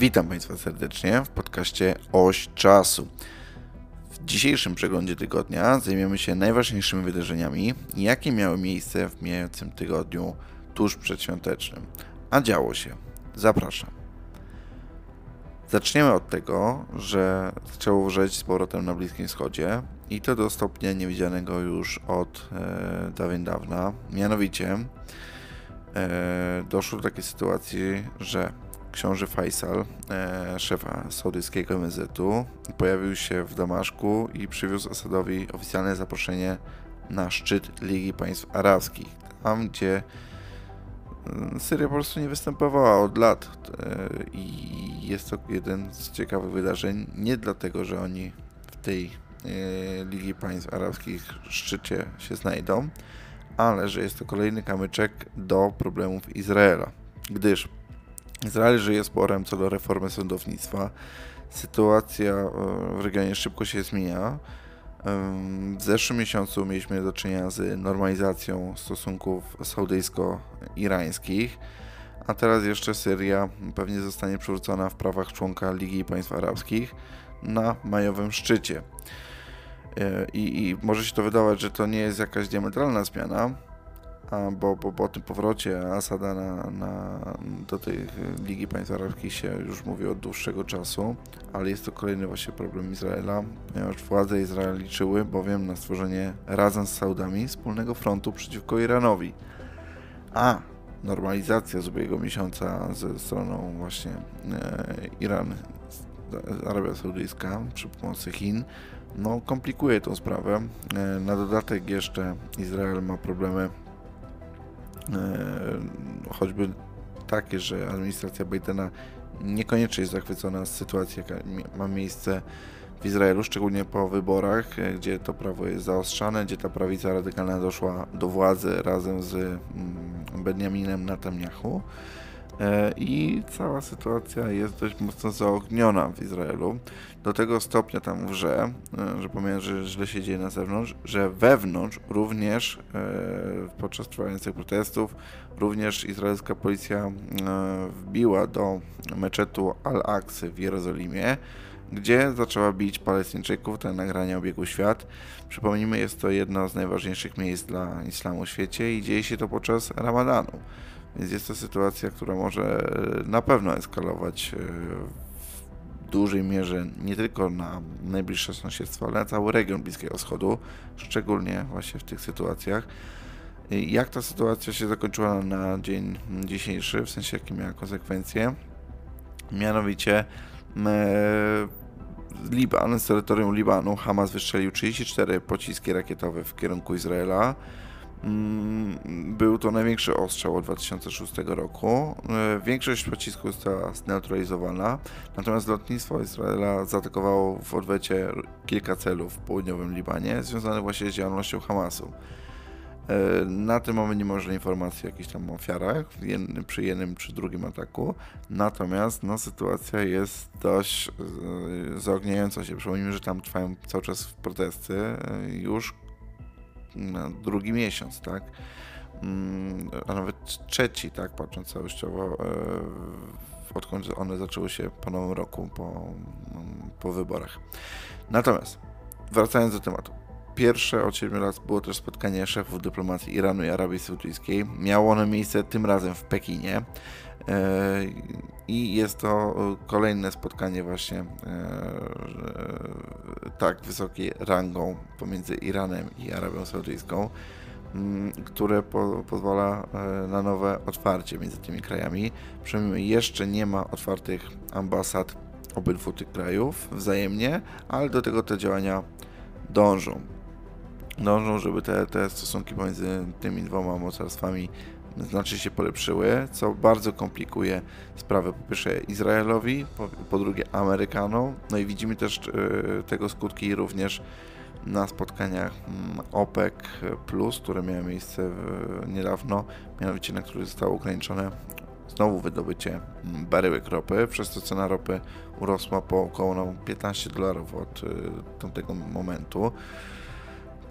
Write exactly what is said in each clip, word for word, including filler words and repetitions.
Witam Państwa serdecznie w podcaście Oś Czasu. W dzisiejszym przeglądzie tygodnia zajmiemy się najważniejszymi wydarzeniami, jakie miały miejsce w mijającym tygodniu tuż przedświątecznym. A działo się. Zapraszam. Zaczniemy od tego, że zaczęło wrzeć z powrotem na Bliskim Wschodzie i to do stopnia niewidzianego już od e, dawien dawna. Mianowicie e, doszło do takiej sytuacji, że książę Faisal, e, szefa saudyjskiego em es zetu, pojawił się w Damaszku i przywiózł Asadowi oficjalne zaproszenie na szczyt Ligi Państw Arabskich, tam gdzie Syria po prostu nie występowała od lat e, i jest to jeden z ciekawych wydarzeń, nie dlatego, że oni w tej e, Ligi Państw Arabskich szczycie się znajdą, ale że jest to kolejny kamyczek do problemów Izraela, gdyż Izrael żyje sporem co do reformy sądownictwa. Sytuacja w regionie szybko się zmienia. W zeszłym miesiącu mieliśmy do czynienia z normalizacją stosunków saudyjsko-irańskich, a teraz jeszcze Syria pewnie zostanie przywrócona w prawach członka Ligi Państw Arabskich na majowym szczycie. I, i może się to wydawać, że to nie jest jakaś diametralna zmiana, A, bo, bo po tym powrocie Asada na, na, do tej Ligi Państw Arabskich się już mówi od dłuższego czasu, ale jest to kolejny właśnie problem Izraela, ponieważ władze Izraela liczyły bowiem na stworzenie razem z Saudami wspólnego frontu przeciwko Iranowi. A normalizacja z ubiegłego miesiąca ze stroną właśnie e, Iran, Arabia Saudyjska przy pomocy Chin, no komplikuje tą sprawę. E, na dodatek jeszcze Izrael ma problemy choćby takie, że administracja Bidena niekoniecznie jest zachwycona z sytuacji, jaka ma miejsce w Izraelu, szczególnie po wyborach, gdzie to prawo jest zaostrzane, gdzie ta prawica radykalna doszła do władzy razem z Benjaminem Netanyahu i cała sytuacja jest dość mocno zaogniona w Izraelu. Do tego stopnia tam wrze, że pomimo, że źle się dzieje na zewnątrz, że wewnątrz również podczas trwających protestów również izraelska policja wbiła do meczetu Al-Aqsy w Jerozolimie, gdzie zaczęła bić Palestyńczyków. Te nagrania obiegły świat. Przypomnijmy, jest to jedno z najważniejszych miejsc dla islamu w świecie i dzieje się to podczas Ramadanu. Więc jest to sytuacja, która może na pewno eskalować w dużej mierze nie tylko na najbliższe sąsiedztwo, ale na cały region Bliskiego Wschodu, szczególnie właśnie w tych sytuacjach. Jak ta sytuacja się zakończyła na dzień dzisiejszy, w sensie jakie miała konsekwencje? Mianowicie Liban, z terytorium Libanu Hamas wystrzelił trzydzieści cztery pociski rakietowe w kierunku Izraela. Był to największy ostrzał od dwa tysiące szóstego roku. Większość pocisków została zneutralizowana, natomiast lotnictwo Izraela zaatakowało w odwecie kilka celów w południowym Libanie, związanych właśnie z działalnością Hamasu. Na tym moment nie ma już informacji o jakichś tam ofiarach jednym, przy jednym czy drugim ataku, natomiast no, sytuacja jest dość zaogniająca się. Przypomnijmy, że tam trwają cały czas protesty już na drugi miesiąc, tak? A nawet trzeci, tak? Patrząc całościowo, odkąd one zaczęły się po nowym roku, po, po wyborach. Natomiast, wracając do tematu. Pierwsze od siedmiu lat było też spotkanie szefów dyplomacji Iranu i Arabii Saudyjskiej. Miało ono miejsce tym razem w Pekinie. I jest to kolejne spotkanie właśnie tak wysokiej rangą pomiędzy Iranem i Arabią Saudyjską, które po, pozwala na nowe otwarcie między tymi krajami. Przynajmniej jeszcze nie ma otwartych ambasad obydwu tych krajów wzajemnie, ale do tego te działania dążą. Dążą, żeby te, te stosunki pomiędzy tymi dwoma mocarstwami znacznie się polepszyły, co bardzo komplikuje sprawę po pierwsze Izraelowi, po, po drugie Amerykanom, no i widzimy też y, tego skutki również na spotkaniach OPEC plus, które miały miejsce w, niedawno, mianowicie na których zostało ograniczone znowu wydobycie baryłek ropy, przez to cena ropy urosła po około no, piętnaście dolarów od y, tamtego momentu,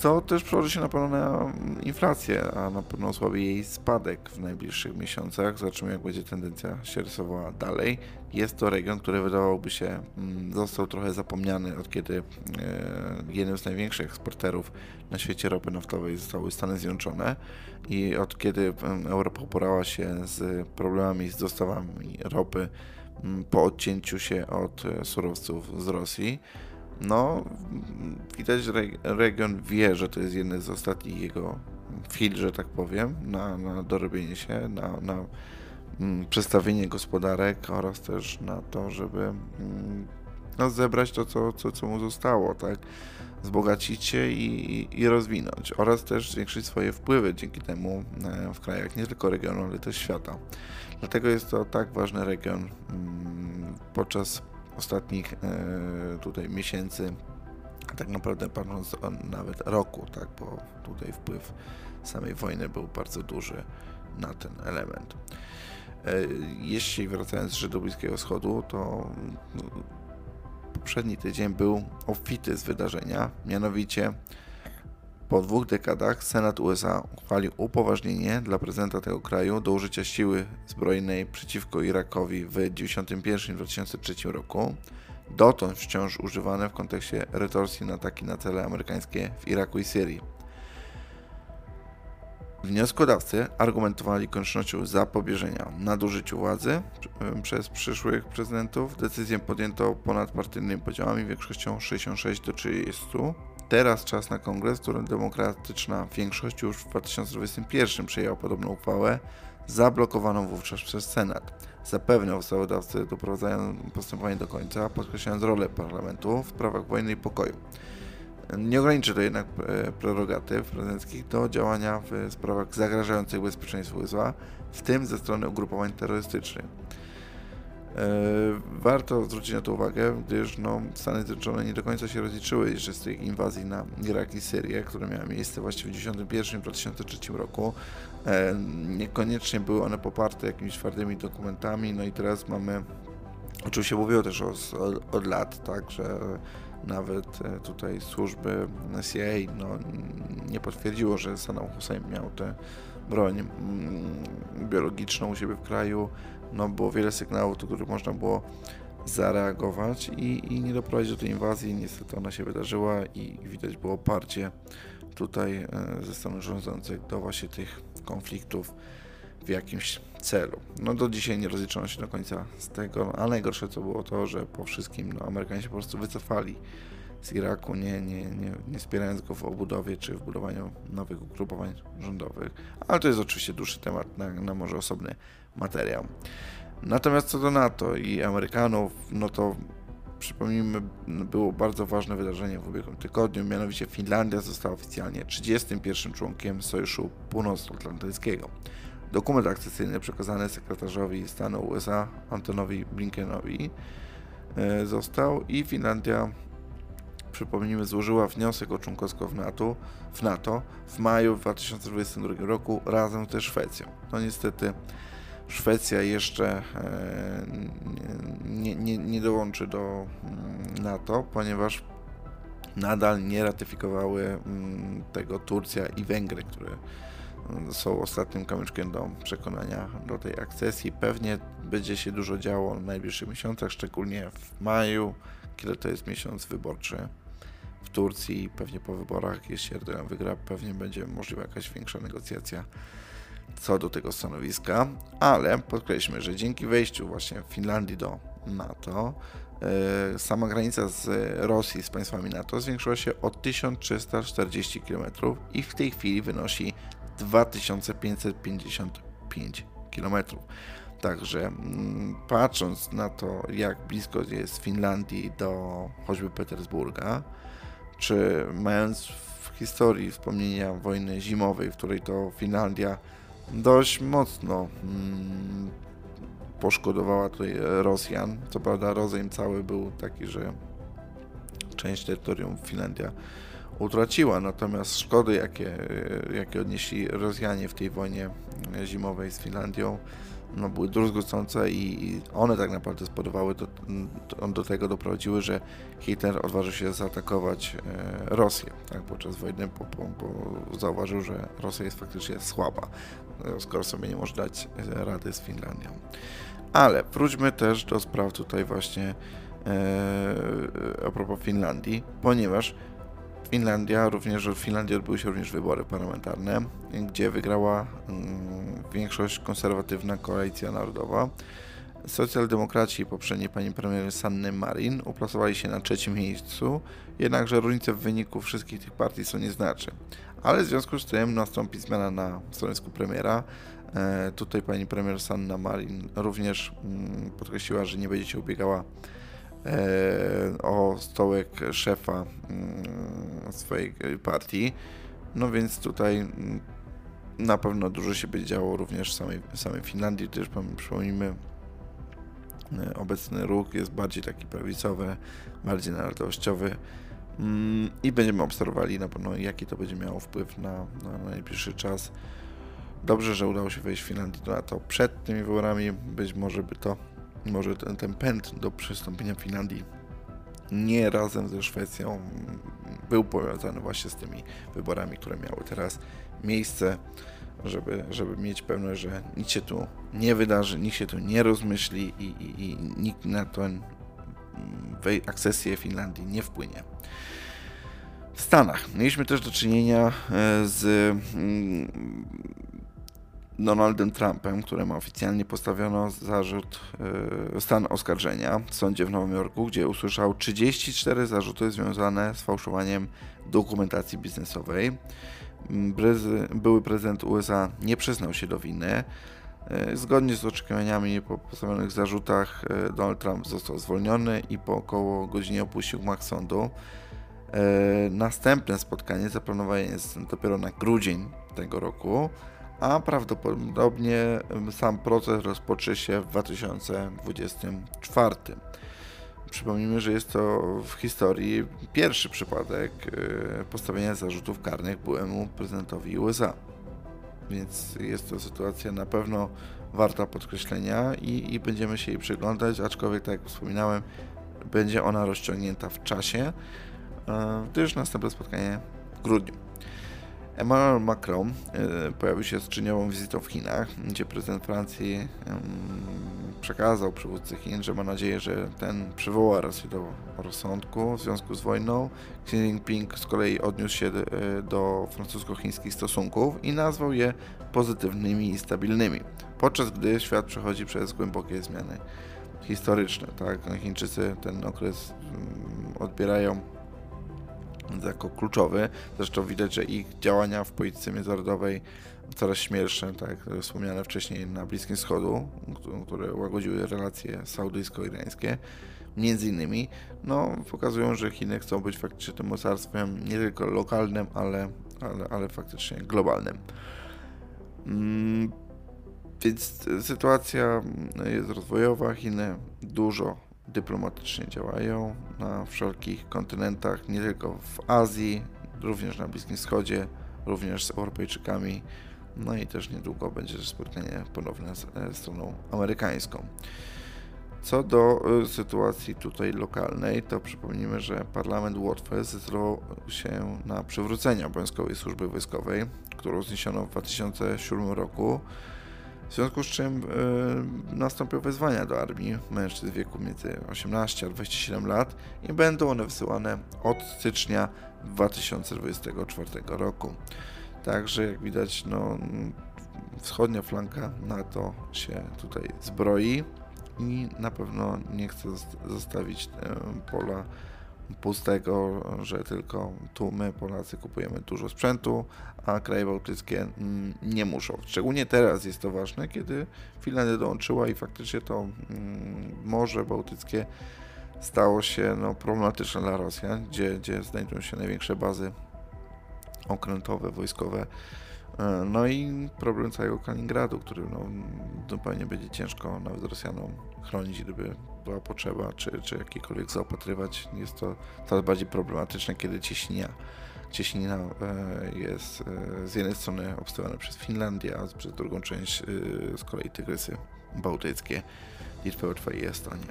co też przełoży się na pewno na inflację, a na pewno osłabi jej spadek w najbliższych miesiącach. Zobaczymy, jak będzie tendencja się rysowała dalej. Jest to region, który wydawałoby się został trochę zapomniany, od kiedy e, jednym z największych eksporterów na świecie ropy naftowej zostały Stany Zjednoczone i od kiedy Europa uporała się z problemami z dostawami ropy po odcięciu się od surowców z Rosji. No, widać, że region wie, że to jest jeden z ostatnich jego chwil, że tak powiem, na, na dorobienie się, na, na mm, przestawienie gospodarek oraz też na to, żeby mm, no, zebrać to, co, co, co mu zostało, tak? Wzbogacić się i, i rozwinąć oraz też zwiększyć swoje wpływy dzięki temu w krajach nie tylko regionu, ale też świata. Dlatego jest to tak ważny region mm, podczas ostatnich e, tutaj miesięcy, a tak naprawdę patrząc nawet roku, tak, bo tutaj wpływ samej wojny był bardzo duży na ten element. E, jeśli wracając jeszcze do Bliskiego Wschodu, to no, poprzedni tydzień był obfity z wydarzenia, mianowicie po dwóch dekadach Senat U S A uchwalił upoważnienie dla prezydenta tego kraju do użycia siły zbrojnej przeciwko Irakowi w dziewięćdziesiątym pierwszym i dwa tysiące trzecim roku, dotąd wciąż używane w kontekście retorsji na ataki na cele amerykańskie w Iraku i Syrii. Wnioskodawcy argumentowali koniecznością zapobieżenia nadużyciu władzy przez przyszłych prezydentów. Decyzję podjęto ponadpartyjnymi podziałami większością sześćdziesiąt sześć do trzydziestu. Teraz czas na kongres, w którym demokratyczna większość już w dwa tysiące dwudziestym pierwszym przyjęła podobną uchwałę, zablokowaną wówczas przez Senat. Zapewne ustawodawcy doprowadzają postępowanie do końca, podkreślając rolę parlamentu w sprawach wojny i pokoju. Nie ograniczy to jednak prerogatyw prezydenckich do działania w sprawach zagrażających bezpieczeństwu U S A, w tym ze strony ugrupowań terrorystycznych. Warto zwrócić na to uwagę, gdyż no, Stany Zjednoczone nie do końca się rozliczyły jeszcze z tych inwazji na Irak i Syrię, które miały miejsce właściwie w dziewięćdziesiątym pierwszym i dwa tysiące trzecim roku. Niekoniecznie były one poparte jakimiś twardymi dokumentami, no i teraz mamy, oczywiście mówiło też o, od, od lat, tak, że nawet tutaj służby C I A no, nie potwierdziło, że Saddam Hussein miał tę broń biologiczną u siebie w kraju. No, było wiele sygnałów, do których można było zareagować i, i nie doprowadzić do tej inwazji. Niestety ona się wydarzyła i widać było oparcie tutaj ze strony rządzących do właśnie tych konfliktów w jakimś celu. No do dzisiaj nie rozliczono się do końca z tego, a najgorsze co było to, że po wszystkim no, Amerykanie się po prostu wycofali z Iraku, nie, nie, nie, nie wspierając go w obudowie czy w budowaniu nowych ugrupowań rządowych, ale to jest oczywiście dłuższy temat na, na może osobny materiał. Natomiast co do NATO i Amerykanów, no to przypomnijmy, było bardzo ważne wydarzenie w ubiegłym tygodniu, mianowicie Finlandia została oficjalnie trzydziestym pierwszym członkiem Sojuszu Północnoatlantyckiego. Dokument akcesyjny przekazany sekretarzowi stanu U S A Antony'owi Blinkenowi został i Finlandia, przypomnijmy, złożyła wniosek o członkostwo w NATO, w NATO w maju dwa tysiące dwudziestym drugim roku razem ze Szwecją. No niestety Szwecja jeszcze nie, nie, nie dołączy do NATO, ponieważ nadal nie ratyfikowały tego Turcja i Węgry, które są ostatnim kamyczkiem do przekonania do tej akcesji. Pewnie będzie się dużo działo w najbliższych miesiącach, szczególnie w maju, kiedy to jest miesiąc wyborczy w Turcji. Pewnie po wyborach, jeśli Erdogan wygra, pewnie będzie możliwa jakaś większa negocjacja co do tego stanowiska, ale podkreślmy, że dzięki wejściu właśnie Finlandii do NATO yy, sama granica z Rosji z państwami NATO zwiększyła się o tysiąc trzysta czterdzieści kilometrów i w tej chwili wynosi dwa tysiące pięćset pięćdziesiąt pięć kilometrów. Także mm, patrząc na to, jak blisko jest Finlandii do choćby Petersburga, czy mając w historii wspomnienia wojny zimowej, w której to Finlandia dość mocno mm, poszkodowała tutaj Rosjan. Co prawda rozejm cały był taki, że część terytorium Finlandia utraciła, natomiast szkody, jakie, jakie odnieśli Rosjanie w tej wojnie zimowej z Finlandią, no, były druzgocące i one tak naprawdę spowodowały, do, do, do tego doprowadziły, że Hitler odważył się zaatakować e, Rosję, tak, podczas wojny, bo, bo, bo zauważył, że Rosja jest faktycznie słaba, skoro sobie nie może dać rady z Finlandią. Ale wróćmy też do spraw tutaj właśnie e, a propos Finlandii, ponieważ Finlandia, również w Finlandii odbyły się również wybory parlamentarne, gdzie wygrała mm, większość konserwatywna koalicja narodowa. Socjaldemokraci poprzedniej pani premier Sanny Marin uplasowali się na trzecim miejscu, jednakże różnice w wyniku wszystkich tych partii są nieznaczne. Ale w związku z tym nastąpi zmiana na stanowisku premiera. E, tutaj pani premier Sanna Marin również mm, podkreśliła, że nie będzie się ubiegała o stołek szefa swojej partii. No więc tutaj na pewno dużo się będzie działo również w samej, samej Finlandii. Też przypomnijmy, obecny ruch jest bardziej taki prawicowy, bardziej narodowościowy i będziemy obserwowali na pewno, jaki to będzie miało wpływ na, na najbliższy czas. Dobrze, że udało się wejść w Finlandii do NATO przed tymi wyborami. Być może by to Może ten, ten pęd do przystąpienia Finlandii nie razem ze Szwecją był powiązany właśnie z tymi wyborami, które miały teraz miejsce, żeby, żeby mieć pewność, że nic się tu nie wydarzy, nikt się tu nie rozmyśli i, i, i nikt na tę akcesję Finlandii nie wpłynie. W Stanach mieliśmy też do czynienia z Donaldem Trumpem, któremu oficjalnie postawiono zarzut, e, stan oskarżenia w sądzie w Nowym Jorku, gdzie usłyszał trzydzieści cztery zarzuty związane z fałszowaniem dokumentacji biznesowej. Prezy, były prezydent U S A nie przyznał się do winy. E, zgodnie z oczekiwaniami po postawionych zarzutach e, Donald Trump został zwolniony i po około godzinie opuścił gmach sądu. E, następne spotkanie zaplanowane jest dopiero na grudzień tego roku, a prawdopodobnie sam proces rozpocznie się w dwa tysiące dwudziestym czwartym. Przypomnijmy, że jest to w historii pierwszy przypadek postawienia zarzutów karnych byłemu prezydentowi U S A. Więc jest to sytuacja na pewno warta podkreślenia i, i będziemy się jej przyglądać, aczkolwiek tak jak wspominałem, będzie ona rozciągnięta w czasie, gdyż następne spotkanie w grudniu. Emmanuel Macron y, pojawił się z czyniołą wizytą w Chinach, gdzie prezydent Francji y, przekazał przywódcy Chin, że ma nadzieję, że ten przywoła Rosję do rozsądku w związku z wojną. Xi Jinping z kolei odniósł się do, do francusko-chińskich stosunków i nazwał je pozytywnymi i stabilnymi, podczas gdy świat przechodzi przez głębokie zmiany historyczne. Tak? Chińczycy ten okres y, odbierają jako kluczowy. Zresztą widać, że ich działania w polityce międzynarodowej coraz śmielsze, tak jak wspomniane wcześniej na Bliskim Wschodu, które łagodziły relacje saudyjsko-irańskie, między innymi, no, pokazują, że Chiny chcą być faktycznie tym mocarstwem nie tylko lokalnym, ale, ale, ale faktycznie globalnym. Mm, więc sytuacja jest rozwojowa, Chiny dużo dyplomatycznie działają na wszelkich kontynentach, nie tylko w Azji, również na Bliskim Wschodzie, również z Europejczykami, no i też niedługo będzie też spotkanie ponowne z stroną amerykańską. Co do y, sytuacji tutaj lokalnej, to przypomnijmy, że parlament Łotwy zdecydował się na przywrócenie obowiązkowej służby wojskowej, którą zniesiono w dwa tysiące siódmym roku. W związku z czym y, nastąpią wezwania do armii mężczyzn w wieku między osiemnaście a dwadzieścia siedem lat i będą one wysyłane od stycznia dwa tysiące dwudziestego czwartego roku. Także jak widać, no, wschodnia flanka NATO się tutaj zbroi i na pewno nie chce zostawić y, pola pustego, że tylko tu my Polacy kupujemy dużo sprzętu, a kraje bałtyckie nie muszą. Szczególnie teraz jest to ważne, kiedy Finlandia dołączyła i faktycznie to Morze Bałtyckie stało się no, problematyczne dla Rosjan, gdzie, gdzie znajdują się największe bazy okrętowe, wojskowe. No i problem całego Kaliningradu, który no, zupełnie będzie ciężko nawet Rosjanom chronić, gdyby była potrzeba, czy, czy jakikolwiek zaopatrywać. Jest to coraz bardziej problematyczne, kiedy cieśnina cieśnina jest z jednej strony obstawiana przez Finlandię, a przez drugą część z kolei tygrysy bałtyckie, Litwę, Łotwę i Estonię.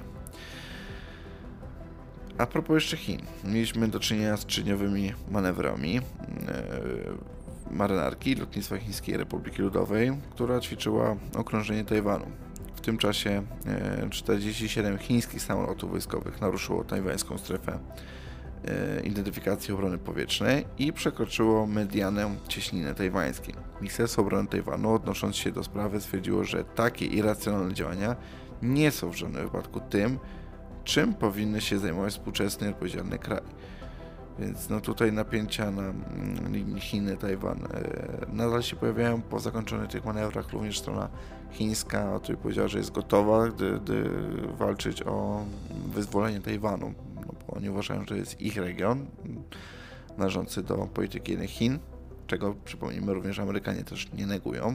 A propos jeszcze Chin, mieliśmy do czynienia z trzydniowymi manewrami marynarki Lotnictwa Chińskiej Republiki Ludowej, która ćwiczyła okrążenie Tajwanu. W tym czasie czterdzieści siedem chińskich samolotów wojskowych naruszyło tajwańską strefę identyfikacji obrony powietrznej i przekroczyło medianę cieśniny tajwańskiej. Ministerstwo Obrony Tajwanu, odnosząc się do sprawy, stwierdziło, że takie irracjonalne działania nie są w żadnym wypadku tym, czym powinny się zajmować współczesny i odpowiedzialny kraj. Więc no tutaj napięcia na linii Chiny-Tajwan nadal się pojawiają. Po zakończonych tych manewrach również strona chińska tutaj powiedziała, że jest gotowa, gdy, gdy walczyć o wyzwolenie Tajwanu, no bo oni uważają, że jest ich region należący do polityki jednych Chin, czego przypomnijmy również Amerykanie też nie negują.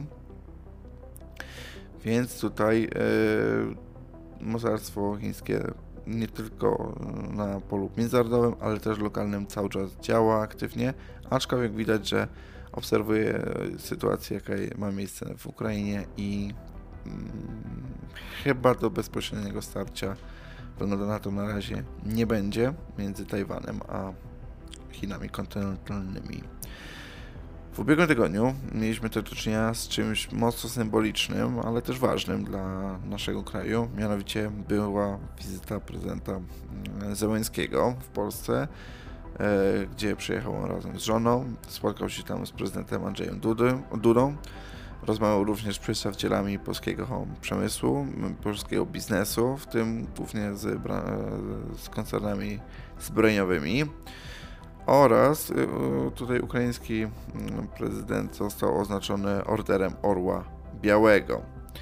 Więc tutaj yy, mocarstwo chińskie nie tylko na polu międzynarodowym, ale też lokalnym cały czas działa aktywnie, aczkolwiek widać, że obserwuje sytuację, jaka ma miejsce w Ukrainie i hmm, chyba do bezpośredniego starcia wygląda na to na razie nie będzie między Tajwanem a Chinami kontynentalnymi. W ubiegłym tygodniu mieliśmy też do czynienia z czymś mocno symbolicznym, ale też ważnym dla naszego kraju. Mianowicie była wizyta prezydenta Zełenskiego w Polsce, gdzie przyjechał on razem z żoną, spotkał się tam z prezydentem Andrzejem Dudy, Dudą, rozmawiał również z przedstawicielami polskiego przemysłu, polskiego biznesu, w tym głównie z, z koncernami zbrojeniowymi. Oraz tutaj ukraiński prezydent został oznaczony orderem Orła Białego.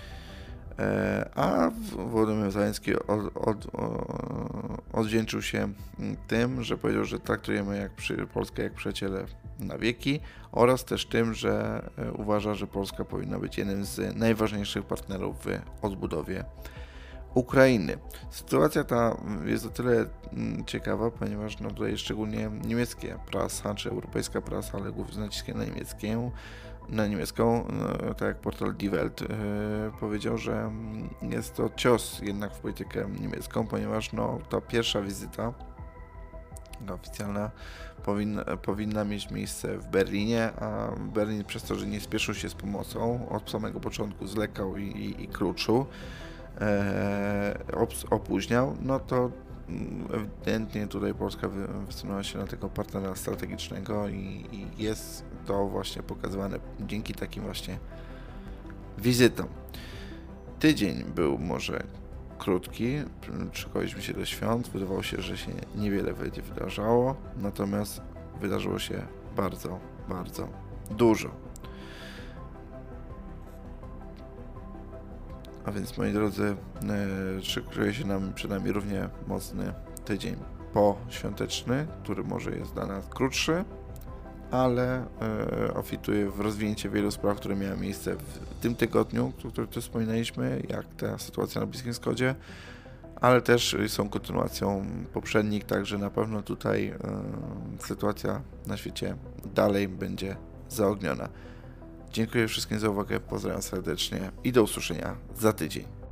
A Wołodymyr Zełenski od, od, odwdzięczył się tym, że powiedział, że traktujemy jak przy, Polskę jak przyjaciele na wieki, oraz też tym, że uważa, że Polska powinna być jednym z najważniejszych partnerów w odbudowie Ukrainy. Sytuacja ta jest o tyle ciekawa, ponieważ no tutaj szczególnie niemiecka prasa, czy europejska prasa, ale głównie z naciskiem na niemiecką, na niemiecką, no, tak jak portal Die Welt yy, powiedział, że jest to cios jednak w politykę niemiecką, ponieważ no, ta pierwsza wizyta oficjalna powinna, powinna mieć miejsce w Berlinie, a Berlin przez to, że nie spieszył się z pomocą, od samego początku zwlekał i, i, i kluczył, e, opóźniał, no to ewidentnie tutaj Polska wysunęła się na tego partnera strategicznego i, i jest to właśnie pokazywane dzięki takim właśnie wizytom. Tydzień był może krótki, szykowaliśmy się do świąt, wydawało się, że się niewiele będzie wydarzało, natomiast wydarzyło się bardzo, bardzo dużo. A więc, moi drodzy, yy, szykuje się nam przed nami równie mocny tydzień poświąteczny, który może jest dla nas krótszy, ale yy, ofituje w rozwinięcie wielu spraw, które miały miejsce w tym tygodniu, o którym tu wspominaliśmy, jak ta sytuacja na Bliskim Wschodzie, ale też są kontynuacją poprzednich, także na pewno tutaj yy, sytuacja na świecie dalej będzie zaogniona. Dziękuję wszystkim za uwagę, pozdrawiam serdecznie i do usłyszenia za tydzień.